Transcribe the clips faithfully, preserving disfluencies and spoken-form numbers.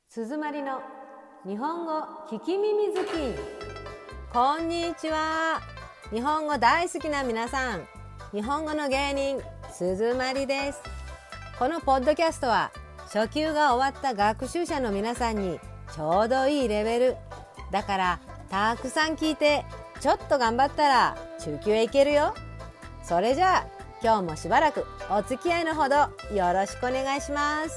鈴まりの日本語聞き耳好き。こんにちは。日本語大好きな皆さん、日本語の芸人鈴まりです。このポッドキャストは初級が終わった学習者の皆さんにちょうどいいレベルだから、たくさん聞いてちょっと頑張ったら中級へ行けるよ。それじゃあ今日もしばらくお付き合いのほどよろしくお願いします。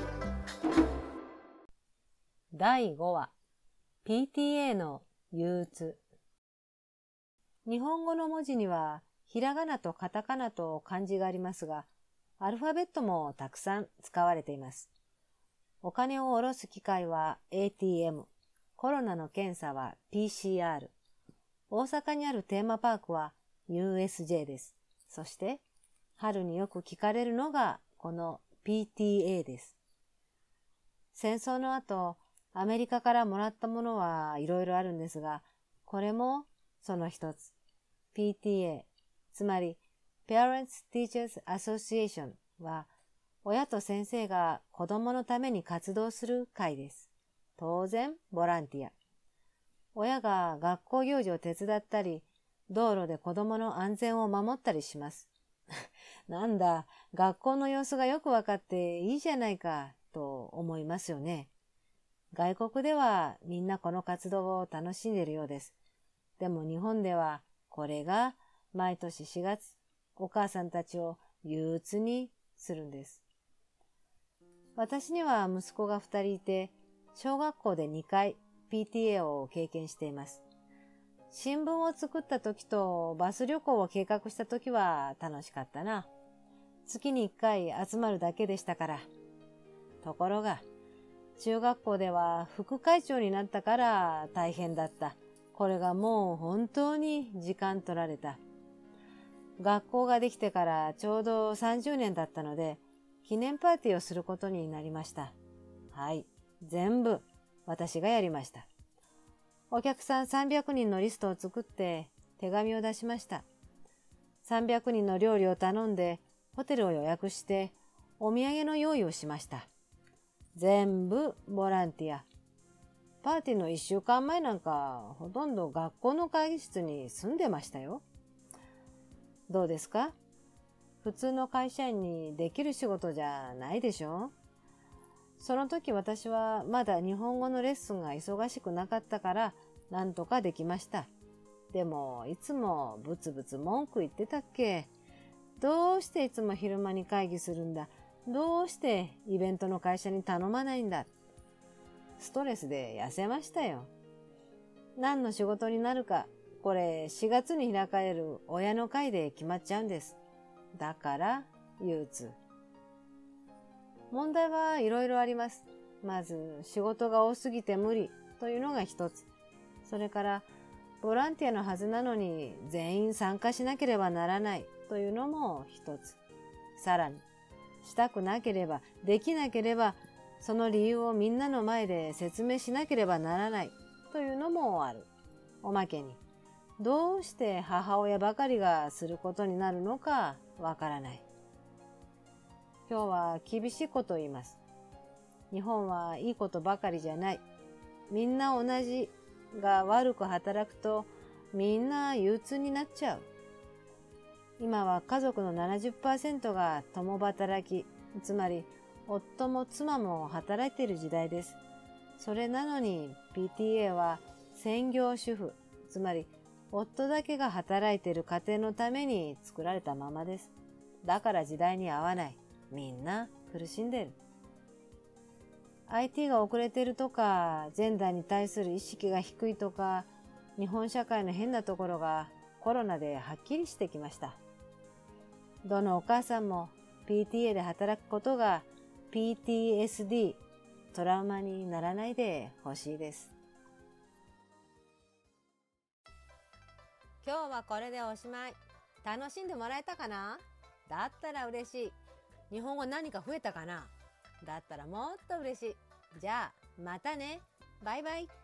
だいごわ ピーティーエー の憂鬱。日本語の文字にはひらがなとカタカナと漢字がありますが、アルファベットもたくさん使われています。お金を下ろす機械は エーティーエム、コロナの検査は ピーシーアール、大阪にあるテーマパークは ユーエスジェー です。そして春によく聞かれるのがこの ピーティーエー です。戦争の後、アメリカからもらったものはいろいろあるんですが、これもその一つ。ピーティーエー、つまり Parents Teachers Association は、親と先生が子供のために活動する会です。当然、ボランティア。親が学校行事を手伝ったり、道路で子供の安全を守ったりします。なんだ、学校の様子がよくわかっていいじゃないか、と思いますよね。外国ではみんなこの活動を楽しんでいるようです。でも日本ではこれが毎年しがつ、お母さんたちを憂鬱にするんです。私には息子がふたりいて、小学校でにかい ピーティーエー を経験しています。新聞を作った時とバス旅行を計画した時は楽しかったな。月にいっかい集まるだけでしたから。ところが、中学校では副会長になったから大変だった。これがもう本当に時間取られた。学校ができてからちょうどさんじゅうねんだったので、記念パーティーをすることになりました。はい、全部私がやりました。お客さんさんびゃくにんのリストを作って手紙を出しました。さんびゃくにんの料理を頼んでホテルを予約してお土産の用意をしました。全部ボランティア。パーティーのいっしゅうかんまえなんかほとんど学校の会議室に住んでましたよ。どうですか？普通の会社員にできる仕事じゃないでしょ？その時私はまだ日本語のレッスンが忙しくなかったからなんとかできました。でもいつもブツブツ文句言ってたっけ？どうしていつも昼間に会議するんだ？どうしてイベントの会社に頼まないんだ？ストレスで痩せましたよ。何の仕事になるか、これしがつに開かれる親の会で決まっちゃうんです。だから憂鬱。問題はいろいろあります。まず仕事が多すぎて無理というのが一つ。それからボランティアのはずなのに全員参加しなければならないというのも一つ。さらにしたくなければできなければその理由をみんなの前で説明しなければならないというのもある。おまけにどうして母親ばかりがすることになるのかわからない。今日は厳しいことを言います。日本はいいことばかりじゃない。みんな同じが悪く働くとみんな憂鬱になっちゃう。今は家族の ななじゅっパーセント が共働き、つまり夫も妻も働いている時代です。それなのに ピーティーエー は専業主婦、つまり夫だけが働いている家庭のために作られたままです。だから時代に合わない。みんな苦しんでる。アイティー が遅れてるとか、ジェンダーに対する意識が低いとか、日本社会の変なところがコロナではっきりしてきました。どのお母さんも ピーティーエー で働くことが ピーティーエスディー、トラウマにならないでほしいです。今日はこれでおしまい。楽しんでもらえたかな？だったら嬉しい。日本語何か増えたかな？だったらもっと嬉しい。じゃあまたね。バイバイ。